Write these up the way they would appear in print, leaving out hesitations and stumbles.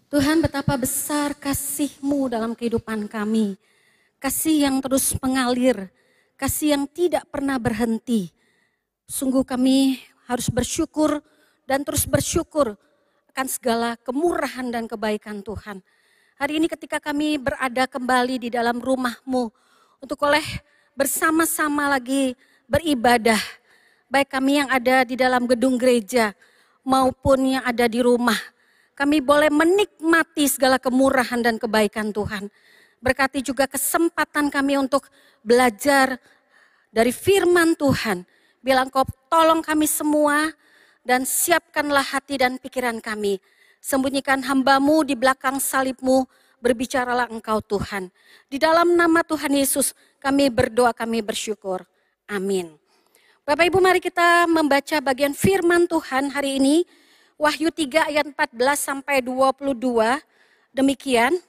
Tuhan, betapa besar kasih-Mu dalam kehidupan kami. Kasih yang terus mengalir, kasih yang tidak pernah berhenti. Sungguh kami harus bersyukur dan terus bersyukur akan segala kemurahan dan kebaikan Tuhan. Hari ini ketika kami berada kembali di dalam rumah-Mu untuk oleh bersama-sama lagi beribadah, baik kami yang ada di dalam gedung gereja maupun yang ada di rumah, kami boleh menikmati segala kemurahan dan kebaikan Tuhan. Berkati juga kesempatan kami untuk belajar dari firman Tuhan. Bilang Kau tolong kami semua dan siapkanlah hati dan pikiran kami. Sembunyikan hamba-Mu di belakang salib-Mu, berbicaralah Engkau Tuhan. Di dalam nama Tuhan Yesus kami berdoa, kami bersyukur. Amin. Bapak Ibu, mari kita membaca bagian firman Tuhan hari ini. Wahyu 3 ayat 14 sampai 22, demikian.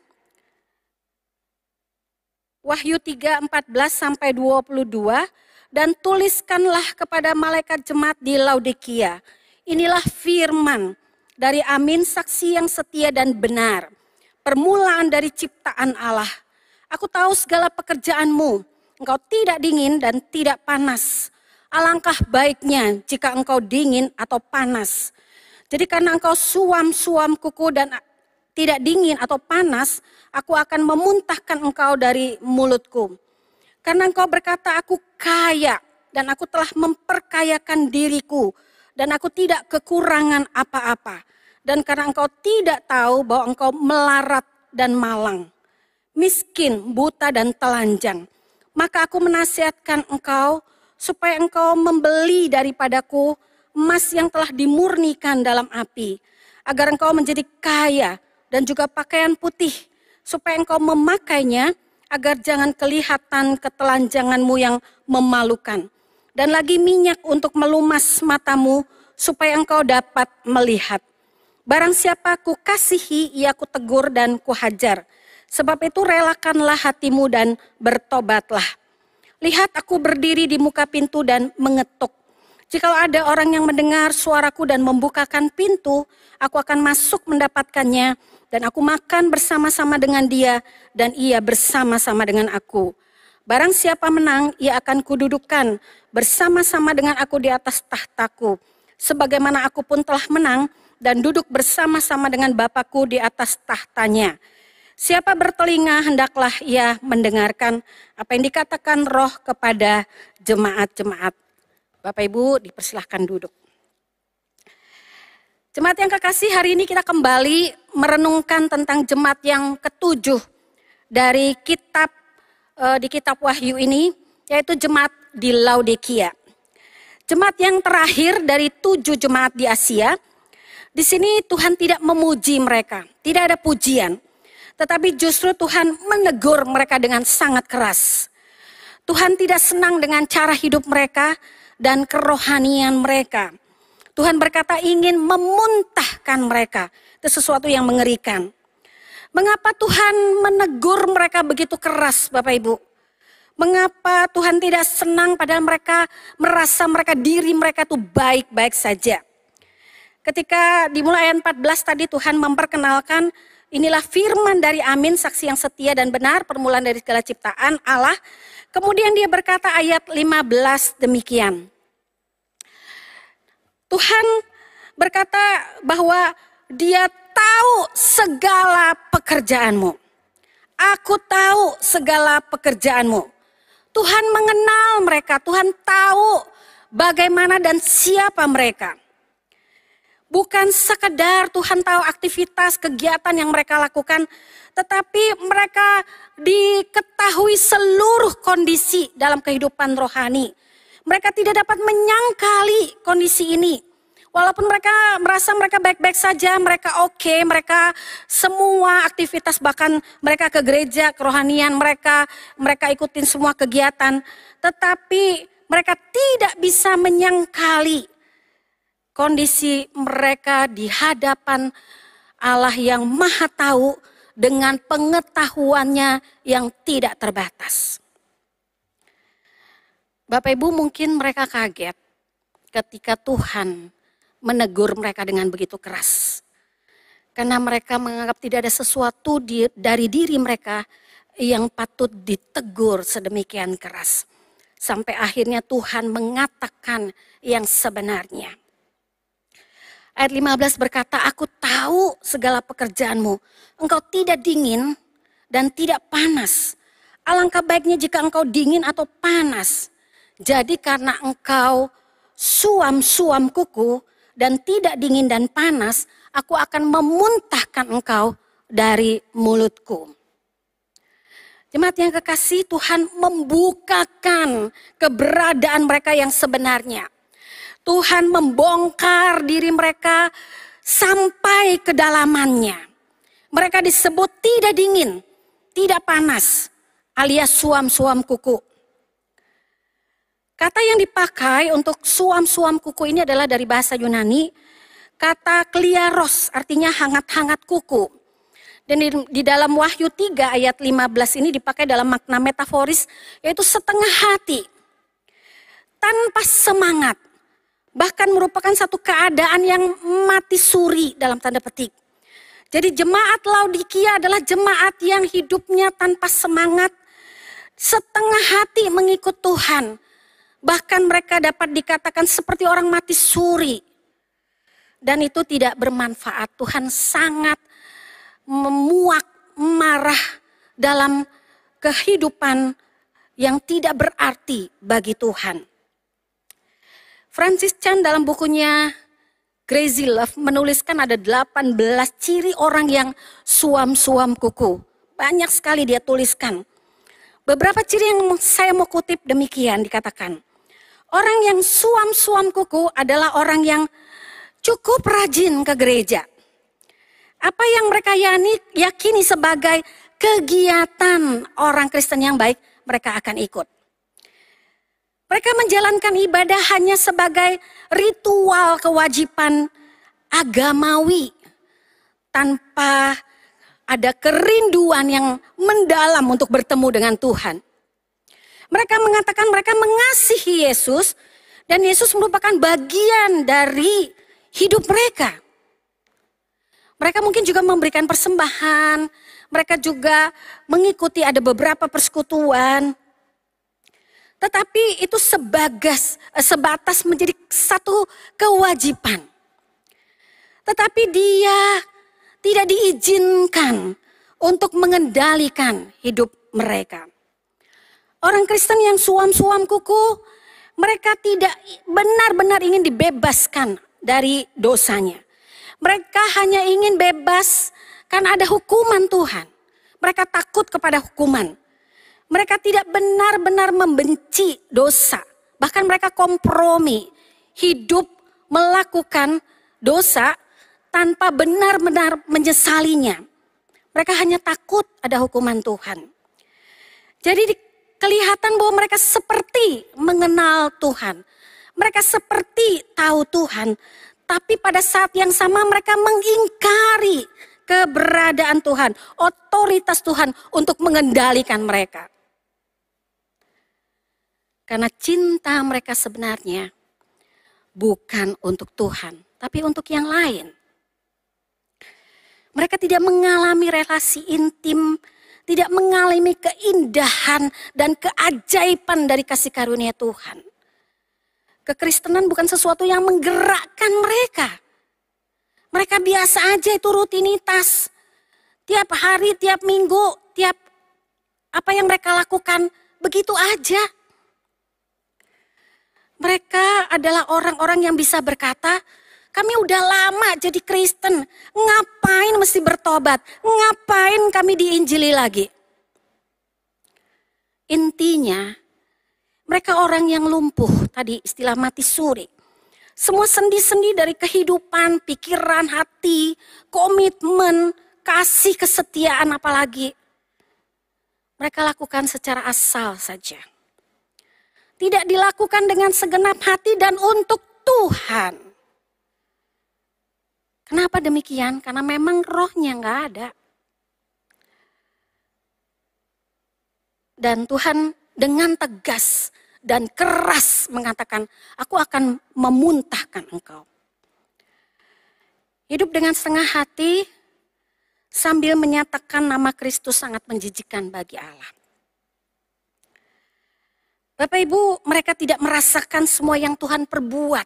Wahyu 3, 14 sampai 22, dan tuliskanlah kepada malaikat jemaat di Laodikia. Inilah firman dari Amin, saksi yang setia dan benar, permulaan dari ciptaan Allah. Aku tahu segala pekerjaanmu, engkau tidak dingin dan tidak panas. Alangkah baiknya jika engkau dingin atau panas. Jadi karena engkau suam-suam kuku dan tidak dingin atau panas, aku akan memuntahkan engkau dari mulutku. Karena engkau berkata, aku kaya dan aku telah memperkayakan diriku dan aku tidak kekurangan apa-apa. Dan karena engkau tidak tahu bahwa engkau melarat dan malang, miskin, buta dan telanjang, maka aku menasihatkan engkau supaya engkau membeli daripadaku emas yang telah dimurnikan dalam api, agar engkau menjadi kaya, dan juga pakaian putih, supaya engkau memakainya, agar jangan kelihatan ketelanjanganmu yang memalukan. Dan lagi minyak untuk melumas matamu, supaya engkau dapat melihat. Barang siapa ku kasihi, ia ku tegur dan ku hajar. Sebab itu relakanlah hatimu dan bertobatlah. Lihat, aku berdiri di muka pintu dan mengetuk. Jikalau ada orang yang mendengar suaraku dan membukakan pintu, aku akan masuk mendapatkannya dan aku makan bersama-sama dengan dia dan ia bersama-sama dengan aku. Barang siapa menang, ia akan kududukkan bersama-sama dengan aku di atas tahtaku. Sebagaimana aku pun telah menang dan duduk bersama-sama dengan Bapakku di atas tahtanya. Siapa bertelinga hendaklah ia mendengarkan apa yang dikatakan Roh kepada jemaat-jemaat. Bapak Ibu dipersilahkan duduk. Jemaat yang kekasih, hari ini kita kembali merenungkan tentang jemaat yang ketujuh dari di kitab Wahyu ini, yaitu jemaat di Laodikia. Jemaat yang terakhir dari 7 jemaat di Asia. Di sini Tuhan tidak memuji mereka, tidak ada pujian, tetapi justru Tuhan menegur mereka dengan sangat keras. Tuhan tidak senang dengan cara hidup mereka dan kerohanian mereka. Tuhan berkata ingin memuntahkan mereka. Itu sesuatu yang mengerikan. Mengapa Tuhan menegur mereka begitu keras, Bapak Ibu? Mengapa Tuhan tidak senang padahal mereka merasa diri mereka itu baik-baik saja? Ketika dimulai ayat 14 tadi Tuhan memperkenalkan, inilah firman dari Amin, saksi yang setia dan benar, permulaan dari segala ciptaan Allah. Kemudian dia berkata ayat 15 demikian. Tuhan berkata bahwa dia tahu segala pekerjaanmu. Aku tahu segala pekerjaanmu. Tuhan mengenal mereka, Tuhan tahu bagaimana dan siapa mereka. Bukan sekedar Tuhan tahu aktivitas, kegiatan yang mereka lakukan, tetapi mereka diketahui seluruh kondisi dalam kehidupan rohani. Mereka tidak dapat menyangkali kondisi ini. Walaupun mereka merasa mereka baik-baik saja, mereka oke, mereka semua aktivitas, bahkan mereka ke gereja, kerohanian mereka ikutin semua kegiatan. Tetapi mereka tidak bisa menyangkali kondisi mereka di hadapan Allah yang Maha Tahu dengan pengetahuannya yang tidak terbatas. Bapak Ibu, mungkin mereka kaget ketika Tuhan menegur mereka dengan begitu keras. Karena mereka menganggap tidak ada sesuatu dari diri mereka yang patut ditegur sedemikian keras. Sampai akhirnya Tuhan mengatakan yang sebenarnya. Ayat 15 berkata, aku tahu segala pekerjaanmu. Engkau tidak dingin dan tidak panas. Alangkah baiknya jika engkau dingin atau panas. Jadi karena engkau suam-suam kuku dan tidak dingin dan panas, aku akan memuntahkan engkau dari mulutku. Jemaat yang kekasih, Tuhan membukakan keberadaan mereka yang sebenarnya. Tuhan membongkar diri mereka sampai kedalamannya. Mereka disebut tidak dingin, tidak panas, alias suam-suam kuku. Kata yang dipakai untuk suam-suam kuku ini adalah dari bahasa Yunani, kata kliaros, artinya hangat-hangat kuku. Dan di dalam Wahyu 3 ayat 15 ini dipakai dalam makna metaforis, yaitu setengah hati, tanpa semangat. Bahkan merupakan satu keadaan yang mati suri dalam tanda petik. Jadi jemaat Laodikia adalah jemaat yang hidupnya tanpa semangat, setengah hati mengikut Tuhan. Bahkan mereka dapat dikatakan seperti orang mati suri. Dan itu tidak bermanfaat. Tuhan sangat memuak, marah dalam kehidupan yang tidak berarti bagi Tuhan. Francis Chan dalam bukunya Crazy Love menuliskan ada 18 ciri orang yang suam-suam kuku. Banyak sekali dia tuliskan. Beberapa ciri yang saya mau kutip demikian dikatakan. Orang yang suam-suam kuku adalah orang yang cukup rajin ke gereja. Apa yang mereka yakini sebagai kegiatan orang Kristen yang baik, mereka akan ikut. Mereka menjalankan ibadah hanya sebagai ritual kewajiban agamawi. Tanpa ada kerinduan yang mendalam untuk bertemu dengan Tuhan. Mereka mengatakan mereka mengasihi Yesus. Dan Yesus merupakan bagian dari hidup mereka. Mereka mungkin juga memberikan persembahan. Mereka juga mengikuti ada beberapa persekutuan. Tetapi itu sebatas menjadi satu kewajiban. Tetapi dia tidak diizinkan untuk mengendalikan hidup mereka. Orang Kristen yang suam-suam kuku, mereka tidak benar-benar ingin dibebaskan dari dosanya. Mereka hanya ingin bebas karena ada hukuman Tuhan. Mereka takut kepada hukuman. Mereka tidak benar-benar membenci dosa. Bahkan mereka kompromi. Hidup melakukan dosa tanpa benar-benar menyesalinya. Mereka hanya takut ada hukuman Tuhan. Jadi kelihatan bahwa mereka seperti mengenal Tuhan. Mereka seperti tahu Tuhan. Tapi pada saat yang sama mereka mengingkari keberadaan Tuhan. Otoritas Tuhan untuk mengendalikan mereka. Karena cinta mereka sebenarnya bukan untuk Tuhan, tapi untuk yang lain. Mereka tidak mengalami relasi intim, tidak mengalami keindahan dan keajaiban dari kasih karunia Tuhan. Kekristenan bukan sesuatu yang menggerakkan mereka. Mereka biasa aja, itu rutinitas. Tiap hari, tiap minggu, tiap apa yang mereka lakukan, begitu aja. Mereka adalah orang-orang yang bisa berkata, kami udah lama jadi Kristen, ngapain mesti bertobat, ngapain kami diinjili lagi. Intinya, mereka orang yang lumpuh, tadi istilah mati suri. Semua sendi-sendi dari kehidupan, pikiran, hati, komitmen, kasih, kesetiaan apalagi. Mereka lakukan secara asal saja. Tidak dilakukan dengan segenap hati dan untuk Tuhan. Kenapa demikian? Karena memang rohnya nggak ada. Dan Tuhan dengan tegas dan keras mengatakan, aku akan memuntahkan engkau. Hidup dengan setengah hati sambil menyatakan nama Kristus sangat menjijikkan bagi Allah. Bapak Ibu, mereka tidak merasakan semua yang Tuhan perbuat.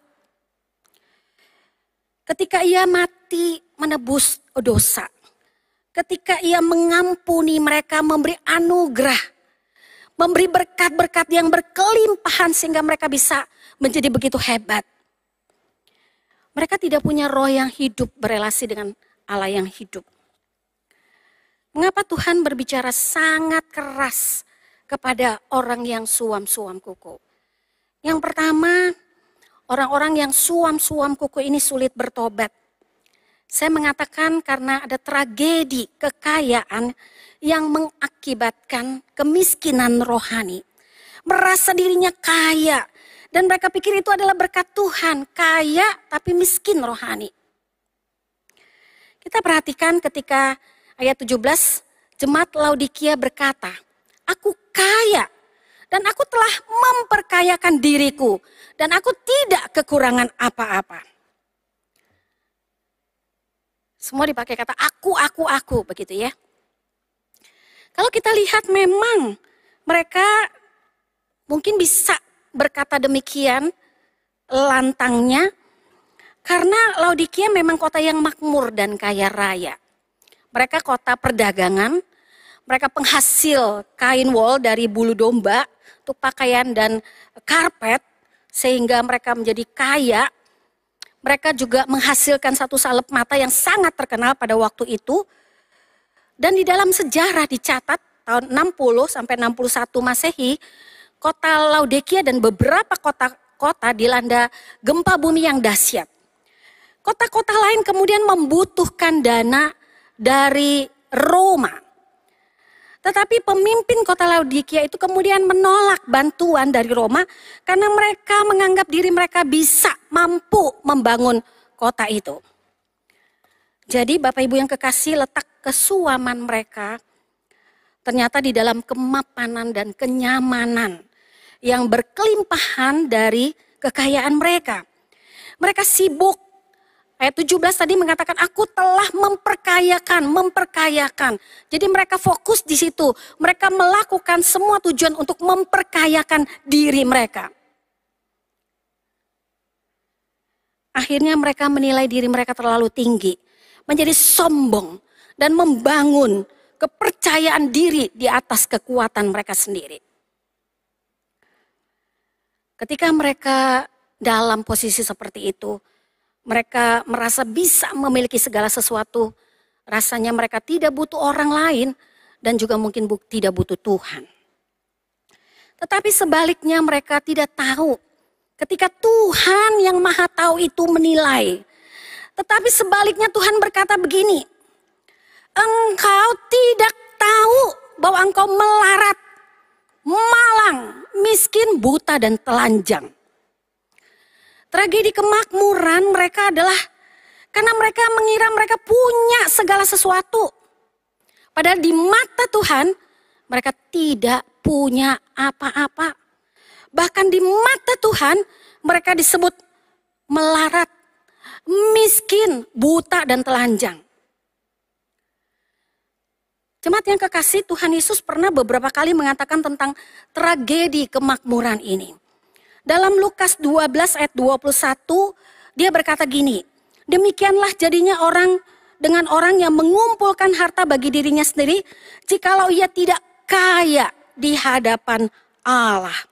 Ketika ia mati menebus dosa. Ketika ia mengampuni mereka, memberi anugerah. Memberi berkat-berkat yang berkelimpahan sehingga mereka bisa menjadi begitu hebat. Mereka tidak punya roh yang hidup berelasi dengan Allah yang hidup. Mengapa Tuhan berbicara sangat keras kepada orang yang suam-suam kuku? Yang pertama, orang-orang yang suam-suam kuku ini sulit bertobat. Saya mengatakan karena ada tragedi kekayaan yang mengakibatkan kemiskinan rohani. Merasa dirinya kaya dan mereka pikir itu adalah berkat Tuhan, kaya tapi miskin rohani. Kita perhatikan ketika ayat 17, jemaat Laodikia berkata, "Aku kaya dan aku telah memperkayakan diriku dan aku tidak kekurangan apa-apa." Semua dipakai kata aku, begitu ya. Kalau kita lihat memang mereka mungkin bisa berkata demikian lantangnya karena Laodikia memang kota yang makmur dan kaya raya. Mereka kota perdagangan, mereka penghasil kain wol dari bulu domba untuk pakaian dan karpet sehingga mereka menjadi kaya. Mereka juga menghasilkan satu salep mata yang sangat terkenal pada waktu itu. Dan di dalam sejarah dicatat tahun 60 sampai 61 Masehi, kota Laodikia dan beberapa kota dilanda gempa bumi yang dahsyat. Kota-kota lain kemudian membutuhkan dana dari Roma. Tetapi pemimpin kota Laodikia itu kemudian menolak bantuan dari Roma karena mereka menganggap diri mereka bisa mampu membangun kota itu. Jadi Bapak Ibu yang kekasih, letak kesuaman mereka ternyata di dalam kemapanan dan kenyamanan yang berkelimpahan dari kekayaan mereka. Mereka sibuk. Ayat 17 tadi mengatakan aku telah memperkayakan. Jadi mereka fokus di situ. Mereka melakukan semua tujuan untuk memperkayakan diri mereka. Akhirnya mereka menilai diri mereka terlalu tinggi. Menjadi sombong dan membangun kepercayaan diri di atas kekuatan mereka sendiri. Ketika mereka dalam posisi seperti itu, mereka merasa bisa memiliki segala sesuatu. Rasanya mereka tidak butuh orang lain dan juga mungkin tidak butuh Tuhan. Tetapi sebaliknya mereka tidak tahu ketika Tuhan yang Maha Tahu itu menilai. Tetapi sebaliknya Tuhan berkata begini, engkau tidak tahu bahwa engkau melarat, malang, miskin, buta dan telanjang. Tragedi kemakmuran mereka adalah karena mereka mengira mereka punya segala sesuatu. Padahal di mata Tuhan mereka tidak punya apa-apa. Bahkan di mata Tuhan mereka disebut melarat, miskin, buta dan telanjang. Jemaat yang kekasih, Tuhan Yesus pernah beberapa kali mengatakan tentang tragedi kemakmuran ini. Dalam Lukas 12 ayat 21, dia berkata gini, demikianlah jadinya orang dengan orang yang mengumpulkan harta bagi dirinya sendiri, jikalau ia tidak kaya di hadapan Allah.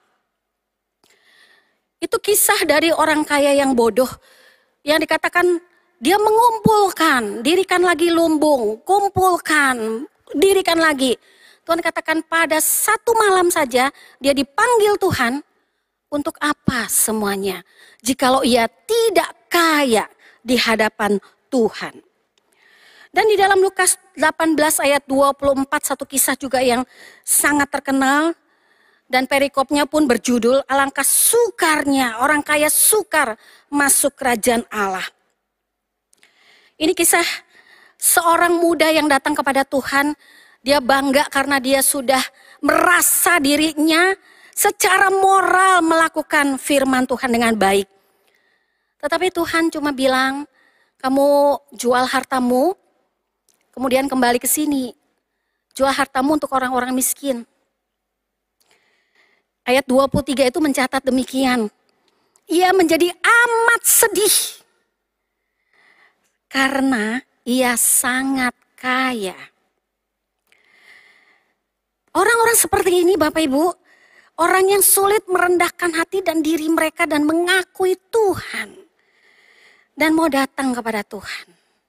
Itu kisah dari orang kaya yang bodoh, yang dikatakan dia mengumpulkan, dirikan lagi lumbung, kumpulkan, dirikan lagi. Tuhan katakan pada satu malam saja dia dipanggil Tuhan. Untuk apa semuanya? Jikalau ia tidak kaya di hadapan Tuhan. Dan di dalam Lukas 18 ayat 24 satu kisah juga yang sangat terkenal. Dan perikopnya pun berjudul alangkah sukarnya orang kaya sukar masuk kerajaan Allah. Ini kisah seorang muda yang datang kepada Tuhan. Dia bangga karena dia sudah merasa dirinya secara moral melakukan firman Tuhan dengan baik. Tetapi Tuhan cuma bilang, kamu jual hartamu, kemudian kembali ke sini. Jual hartamu untuk orang-orang miskin. Ayat 23 itu mencatat demikian. Ia menjadi amat sedih karena ia sangat kaya. Orang-orang seperti ini Bapak Ibu, orang yang sulit merendahkan hati dan diri mereka dan mengakui Tuhan. Dan mau datang kepada Tuhan.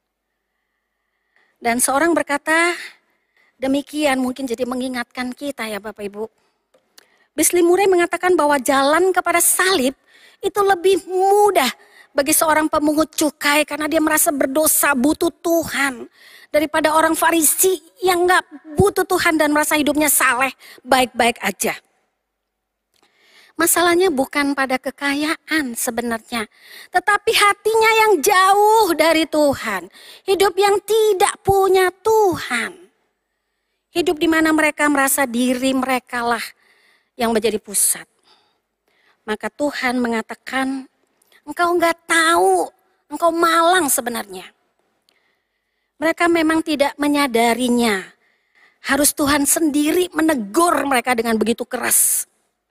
Dan seorang berkata, demikian mungkin jadi mengingatkan kita ya Bapak Ibu. Bisli Murray mengatakan bahwa jalan kepada salib itu lebih mudah bagi seorang pemungut cukai karena dia merasa berdosa, butuh Tuhan. Daripada orang Farisi yang gak butuh Tuhan dan merasa hidupnya saleh, baik-baik aja. Masalahnya bukan pada kekayaan sebenarnya, tetapi hatinya yang jauh dari Tuhan. Hidup yang tidak punya Tuhan. Hidup di mana mereka merasa diri mereka lah yang menjadi pusat. Maka Tuhan mengatakan, engkau nggak tahu, engkau malang sebenarnya. Mereka memang tidak menyadarinya. Harus Tuhan sendiri menegur mereka dengan begitu keras.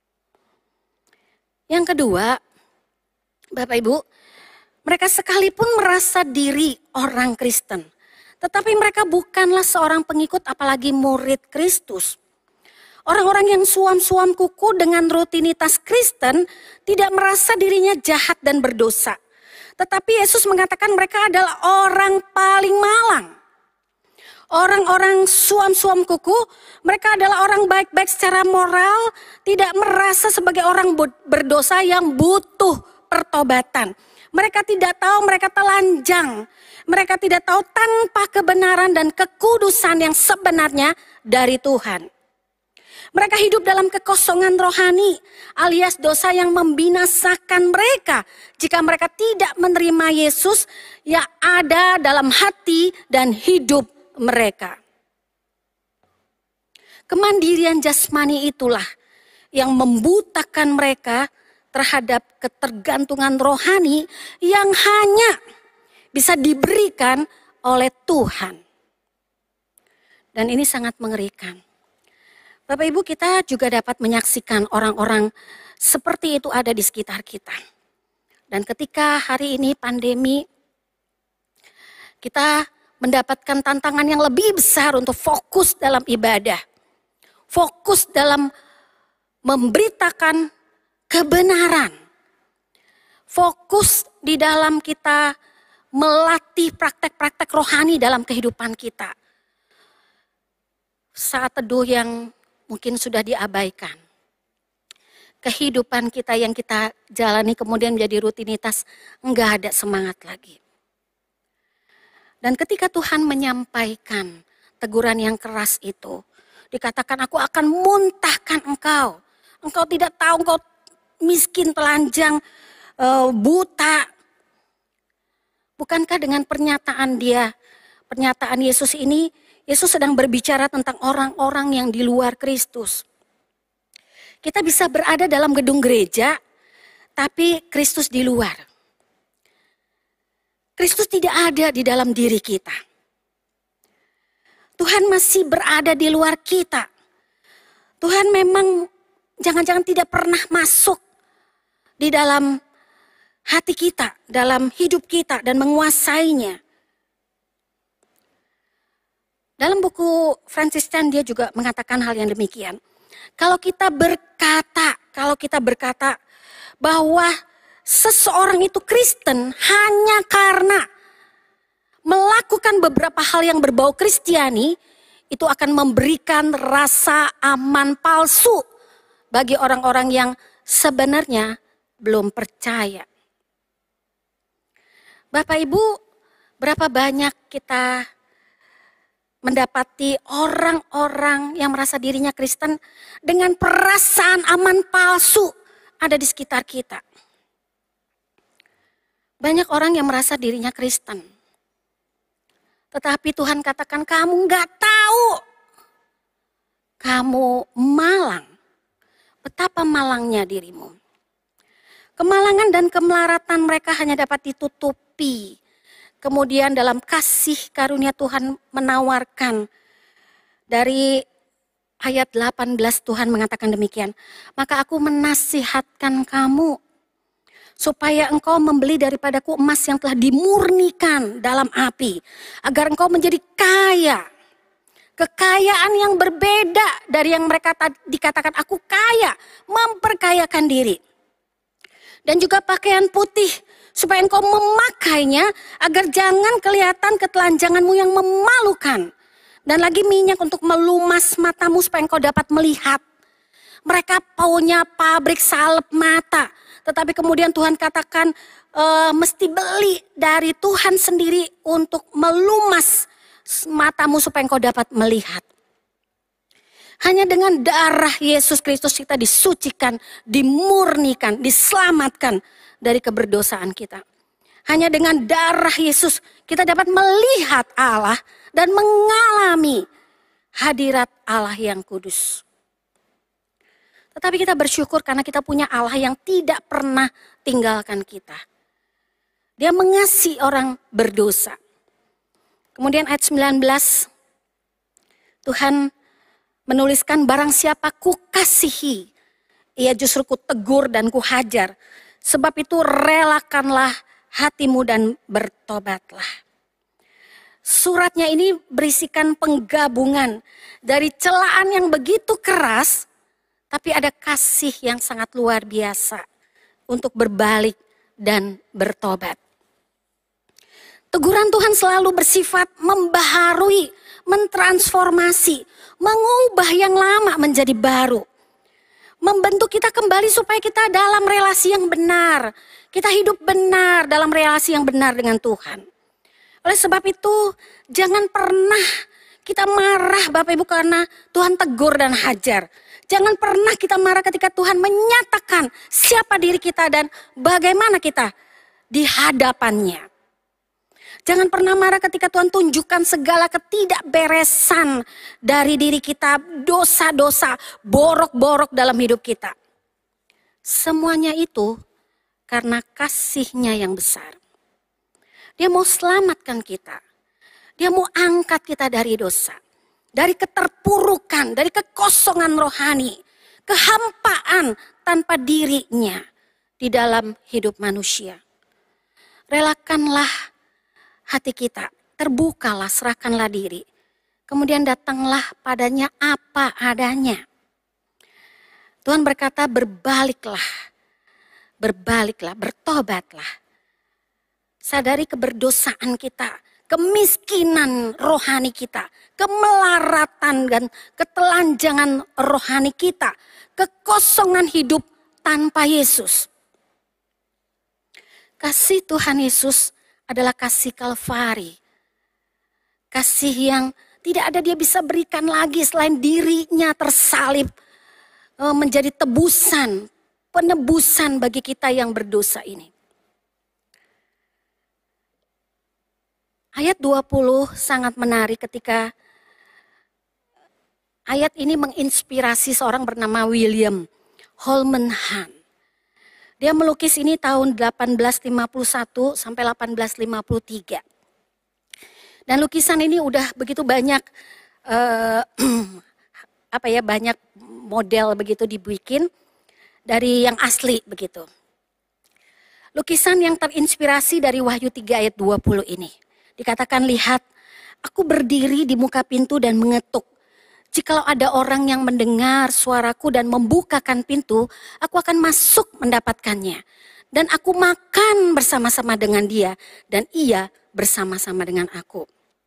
Yang kedua, Bapak Ibu, mereka sekalipun merasa diri orang Kristen. Tetapi mereka bukanlah seorang pengikut apalagi murid Kristus. Orang-orang yang suam-suam kuku dengan rutinitas Kristen tidak merasa dirinya jahat dan berdosa. Tetapi Yesus mengatakan mereka adalah orang paling malang. Orang-orang suam-suam kuku, mereka adalah orang baik-baik secara moral, tidak merasa sebagai orang berdosa yang butuh pertobatan. Mereka tidak tahu mereka telanjang. Mereka tidak tahu tanpa kebenaran dan kekudusan yang sebenarnya dari Tuhan. Mereka hidup dalam kekosongan rohani alias dosa yang membinasakan mereka jika mereka tidak menerima Yesus yang ada dalam hati dan hidup mereka. Kemandirian jasmani itulah yang membutakan mereka terhadap ketergantungan rohani yang hanya bisa diberikan oleh Tuhan. Dan ini sangat mengerikan. Bapak Ibu, kita juga dapat menyaksikan orang-orang seperti itu ada di sekitar kita. Dan ketika hari ini pandemi, kita mendapatkan tantangan yang lebih besar untuk fokus dalam ibadah. Fokus dalam memberitakan kebenaran. Fokus di dalam kita melatih praktek-praktek rohani dalam kehidupan kita. Saat teduh yang mungkin sudah diabaikan. Kehidupan kita yang kita jalani kemudian menjadi rutinitas, enggak ada semangat lagi. Dan ketika Tuhan menyampaikan teguran yang keras itu, dikatakan aku akan muntahkan engkau. Engkau tidak tahu, engkau miskin, telanjang, buta. Bukankah dengan pernyataan Yesus ini, Yesus sedang berbicara tentang orang-orang yang di luar Kristus. Kita bisa berada dalam gedung gereja, tapi Kristus di luar. Kristus tidak ada di dalam diri kita. Tuhan masih berada di luar kita. Tuhan memang jangan-jangan tidak pernah masuk di dalam hati kita, dalam hidup kita dan menguasainya. Dalam buku Francis Chan dia juga mengatakan hal yang demikian. Kalau kita berkata bahwa seseorang itu Kristen hanya karena melakukan beberapa hal yang berbau Kristiani, itu akan memberikan rasa aman palsu bagi orang-orang yang sebenarnya belum percaya. Bapak Ibu, berapa banyak kita mendapati orang-orang yang merasa dirinya Kristen dengan perasaan aman palsu ada di sekitar kita. Banyak orang yang merasa dirinya Kristen. Tetapi Tuhan katakan kamu gak tahu. Kamu malang. Betapa malangnya dirimu. Kemalangan dan kemelaratan mereka hanya dapat ditutupi kemudian dalam kasih karunia Tuhan menawarkan. Dari ayat 18 Tuhan mengatakan demikian. Maka aku menasihatkan kamu supaya engkau membeli daripadaku emas yang telah dimurnikan dalam api. Agar engkau menjadi kaya. Kekayaan yang berbeda dari yang mereka dikatakan aku kaya. Memperkayakan diri. Dan juga pakaian putih. Supaya engkau memakainya agar jangan kelihatan ketelanjanganmu yang memalukan. Dan lagi minyak untuk melumas matamu supaya engkau dapat melihat. Mereka punya pabrik salep mata. Tetapi kemudian Tuhan katakan mesti beli dari Tuhan sendiri untuk melumas matamu supaya engkau dapat melihat. Hanya dengan darah Yesus Kristus kita disucikan, dimurnikan, diselamatkan dari keberdosaan kita. Hanya dengan darah Yesus kita dapat melihat Allah dan mengalami hadirat Allah yang kudus. Tetapi kita bersyukur karena kita punya Allah yang tidak pernah tinggalkan kita. Dia mengasihi orang berdosa. Kemudian ayat 19, Tuhan menuliskan barang siapa ku kasihi, ia justru ku tegur dan ku hajar. Sebab itu relakanlah hatimu dan bertobatlah. Suratnya ini berisikan penggabungan dari celaan yang begitu keras, tapi ada kasih yang sangat luar biasa untuk berbalik dan bertobat. Teguran Tuhan selalu bersifat membaharui, mentransformasi, mengubah yang lama menjadi baru. Membentuk kita kembali supaya kita dalam relasi yang benar. Kita hidup benar dalam relasi yang benar dengan Tuhan. Oleh sebab itu, jangan pernah kita marah Bapak Ibu karena Tuhan tegur dan hajar. Jangan pernah kita marah ketika Tuhan menyatakan siapa diri kita dan bagaimana kita di hadapannya. Jangan pernah marah ketika Tuhan tunjukkan segala ketidakberesan dari diri kita, dosa-dosa, borok-borok dalam hidup kita. Semuanya itu karena kasih-Nya yang besar. Dia mau selamatkan kita. Dia mau angkat kita dari dosa. Dari keterpurukan, dari kekosongan rohani. Kehampaan tanpa dirinya di dalam hidup manusia. Relakanlah hati kita, terbukalah, serahkanlah diri. Kemudian datanglah padanya apa adanya. Tuhan berkata berbaliklah, bertobatlah. Sadari keberdosaan kita, kemiskinan rohani kita, kemelaratan dan ketelanjangan rohani kita, kekosongan hidup tanpa Yesus. Kasih Tuhan Yesus adalah kasih Kalvari. Kasih yang tidak ada dia bisa berikan lagi selain dirinya tersalib menjadi tebusan, penebusan bagi kita yang berdosa ini. Ayat 20 sangat menarik ketika ayat ini menginspirasi seorang bernama William Holman Hunt. Dia melukis ini tahun 1851 sampai 1853. Dan lukisan ini udah begitu banyak banyak model begitu dibikin dari yang asli begitu. Lukisan yang terinspirasi dari Wahyu 3 ayat 20 ini. Dikatakan, lihat, aku berdiri di muka pintu dan mengetuk. Jikalau ada orang yang mendengar suaraku dan membukakan pintu, aku akan masuk mendapatkannya. Dan aku makan bersama-sama dengan dia, dan ia bersama-sama dengan aku.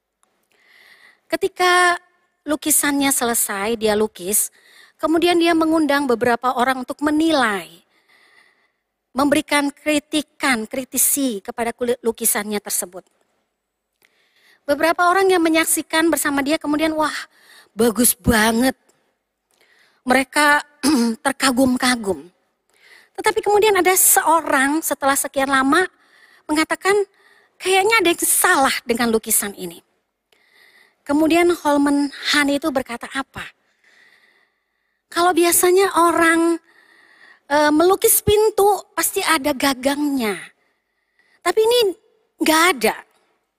Ketika lukisannya selesai, dia lukis, kemudian dia mengundang beberapa orang untuk menilai, memberikan kritisi kepada lukisannya tersebut. Beberapa orang yang menyaksikan bersama dia kemudian, wah, bagus banget. Mereka terkagum-kagum. Tetapi kemudian ada seorang setelah sekian lama mengatakan, kayaknya ada yang salah dengan lukisan ini. Kemudian Holman Hunt itu berkata apa? Kalau biasanya orang melukis pintu pasti ada gagangnya. Tapi ini nggak ada.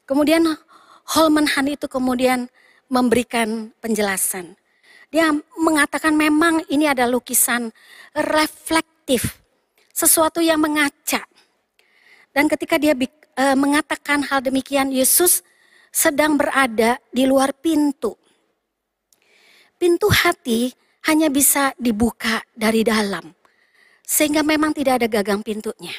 Kemudian Holman Hunt itu kemudian memberikan penjelasan. Dia mengatakan memang ini ada lukisan reflektif, sesuatu yang mengaca. Dan ketika dia mengatakan hal demikian, Yesus sedang berada di luar pintu. Pintu hati hanya bisa dibuka dari dalam, sehingga memang tidak ada gagang pintunya.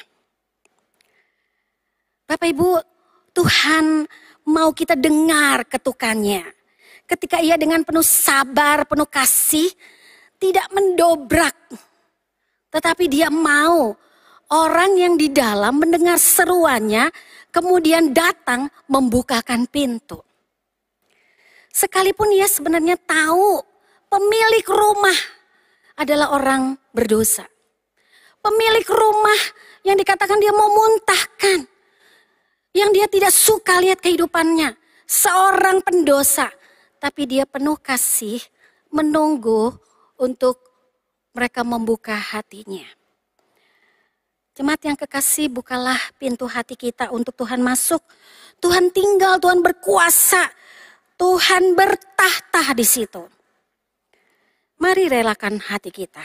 Bapak Ibu, Tuhan mau kita dengar ketukannya. Ketika ia dengan penuh sabar, penuh kasih, tidak mendobrak. Tetapi dia mau orang yang di dalam mendengar seruannya, kemudian datang membukakan pintu. Sekalipun ia sebenarnya tahu pemilik rumah adalah orang berdosa. Pemilik rumah yang dikatakan dia mau muntahkan. Yang dia tidak suka lihat kehidupannya. Seorang pendosa. Tapi dia penuh kasih menunggu untuk mereka membuka hatinya. Jemaat yang kekasih, bukalah pintu hati kita untuk Tuhan masuk. Tuhan tinggal, Tuhan berkuasa. Tuhan bertahta di situ. Mari relakan hati kita.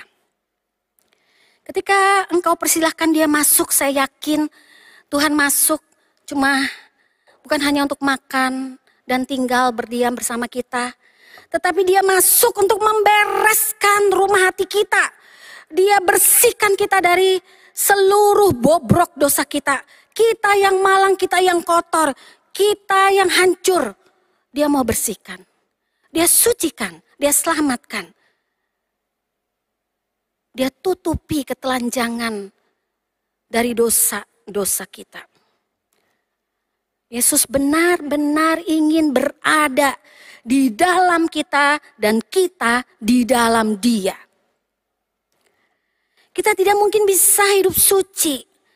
Ketika engkau persilahkan dia masuk, saya yakin Tuhan masuk cuma bukan hanya untuk makan dan tinggal berdiam bersama kita. Tetapi dia masuk untuk membereskan rumah hati kita. Dia bersihkan kita dari seluruh bobrok dosa kita. Kita yang malang, kita yang kotor, kita yang hancur. Dia mau bersihkan. Dia sucikan, dia selamatkan. Dia tutupi ketelanjangan dari dosa-dosa kita. Yesus benar-benar ingin berada di dalam kita dan kita di dalam Dia. Kita tidak mungkin bisa hidup suci,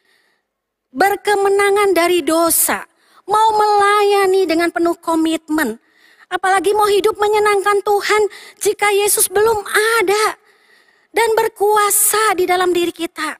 berkemenangan dari dosa, mau melayani dengan penuh komitmen. Apalagi mau hidup menyenangkan Tuhan jika Yesus belum ada dan berkuasa di dalam diri kita.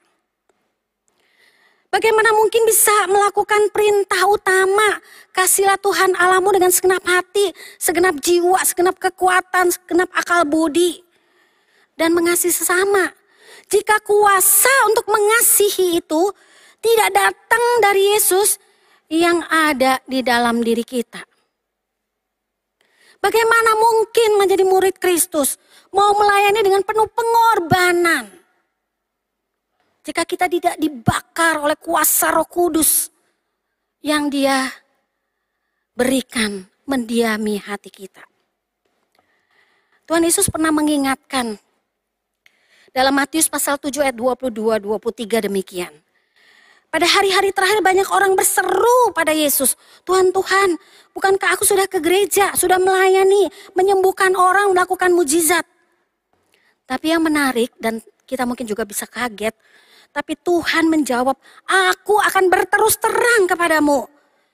Bagaimana mungkin bisa melakukan perintah utama, kasihlah Tuhan Allahmu dengan segenap hati, segenap jiwa, segenap kekuatan, segenap akal budi, dan mengasihi sesama. Jika kuasa untuk mengasihi itu tidak datang dari Yesus yang ada di dalam diri kita. Bagaimana mungkin menjadi murid Kristus, mau melayani dengan penuh pengorbanan, jika kita tidak dibakar oleh kuasa Roh Kudus yang Dia berikan mendiami hati kita. Tuhan Yesus pernah mengingatkan dalam Matius pasal 7 ayat 22-23 demikian. Pada hari-hari terakhir banyak orang berseru pada Yesus, Tuhan, Tuhan, bukankah aku sudah ke gereja, sudah melayani, menyembuhkan orang, melakukan mujizat. Tapi yang menarik dan kita mungkin juga bisa kaget, tapi Tuhan menjawab, aku akan berterus terang kepadamu.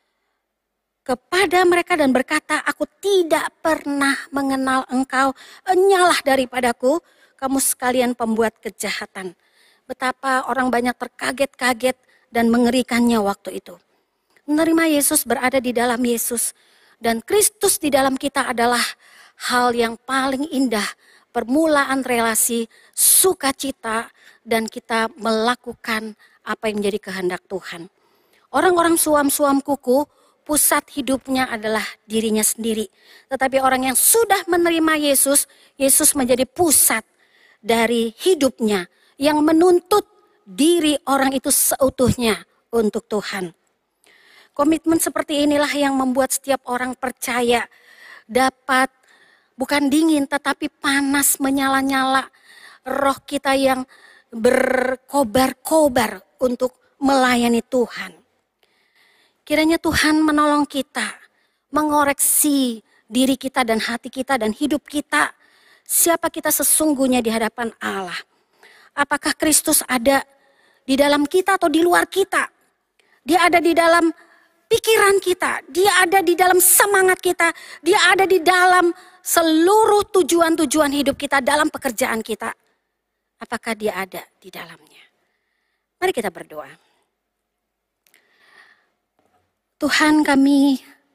Kepada mereka dan berkata, aku tidak pernah mengenal engkau, enyalah daripadaku, kamu sekalian pembuat kejahatan. Betapa orang banyak terkaget-kaget dan mengerikannya waktu itu. Menerima Yesus, berada di dalam Yesus, dan Kristus di dalam kita adalah hal yang paling indah, permulaan relasi, sukacita, dan kita melakukan apa yang menjadi kehendak Tuhan. Orang-orang suam-suam kuku, pusat hidupnya adalah dirinya sendiri. Tetapi orang yang sudah menerima Yesus, Yesus menjadi pusat dari hidupnya, yang menuntut diri orang itu seutuhnya untuk Tuhan. Komitmen seperti inilah yang membuat setiap orang percaya dapat bukan dingin tetapi panas menyala-nyala, roh kita yang berkobar-kobar untuk melayani Tuhan. Kiranya Tuhan menolong kita, mengoreksi diri kita dan hati kita dan hidup kita. Siapa kita sesungguhnya di hadapan Allah. Apakah Kristus ada di dalam kita atau di luar kita? Dia ada di dalam pikiran kita, dia ada di dalam semangat kita, dia ada di dalam seluruh tujuan-tujuan hidup kita, dalam pekerjaan kita. Apakah dia ada di dalamnya? Mari kita berdoa. Tuhan, kami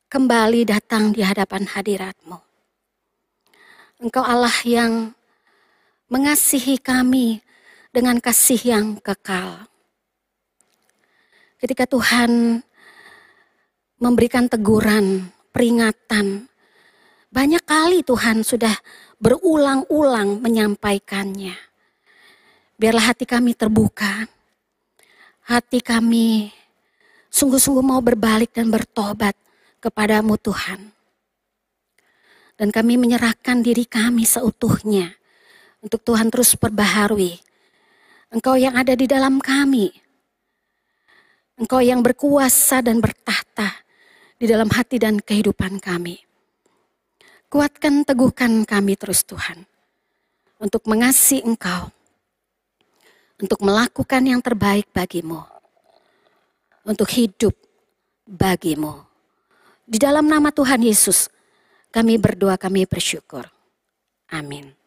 kembali datang di hadapan hadirat-Mu. Engkau Allah yang mengasihi kami dengan kasih yang kekal. Ketika Tuhan memberikan teguran, peringatan, banyak kali Tuhan sudah berulang-ulang menyampaikannya. Biarlah hati kami terbuka, hati kami sungguh-sungguh mau berbalik dan bertobat kepadamu Tuhan. Dan kami menyerahkan diri kami seutuhnya untuk Tuhan terus perbaharui. Engkau yang ada di dalam kami. Engkau yang berkuasa dan bertahta di dalam hati dan kehidupan kami. Kuatkan, teguhkan kami terus Tuhan. Untuk mengasihi Engkau. Untuk melakukan yang terbaik bagimu. Untuk hidup bagimu. Di dalam nama Tuhan Yesus, kami berdoa, kami bersyukur. Amin.